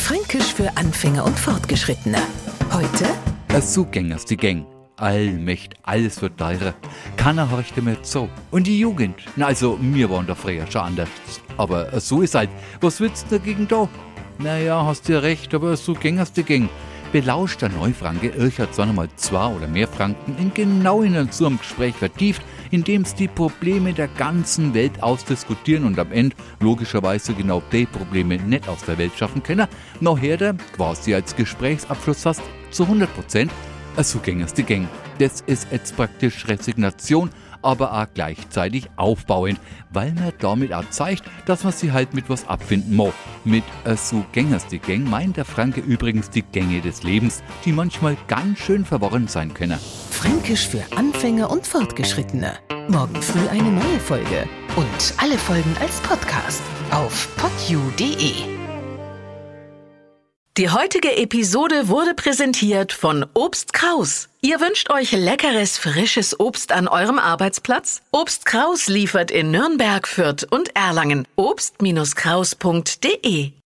Fränkisch für Anfänger und Fortgeschrittene. Heute So gängers die Gang. Allmächt, alles wird teurer. Keiner horchte mehr zu. Und die Jugend, na also, wir waren da früher schon anders. Aber so ist halt. Was willst du dagegen da? Naja, hast du ja recht, aber so gängers die Gang. Belauscht der Neufranke Irchert zwar nochmal 2 oder mehr Franken in so einem Gespräch vertieft, indem es die Probleme der ganzen Welt ausdiskutieren und am Ende logischerweise genau die Probleme nicht aus der Welt schaffen können. Nachher der quasi als Gesprächsabschluss fast zu 100%. So gängers die Gang. Das ist jetzt praktisch Resignation, aber auch gleichzeitig aufbauend, weil man damit auch zeigt, dass man sich halt mit was abfinden muss. Mit so gängers die Gang meint der Franke übrigens die Gänge des Lebens, die manchmal ganz schön verworren sein können. Fränkisch für Anfänger und Fortgeschrittene. Morgen früh eine neue Folge. Und alle Folgen als Podcast auf podu.de. Die heutige Episode wurde präsentiert von Obst Kraus. Ihr wünscht euch leckeres, frisches Obst an eurem Arbeitsplatz? Obst Kraus liefert in Nürnberg, Fürth und Erlangen. Obst-Kraus.de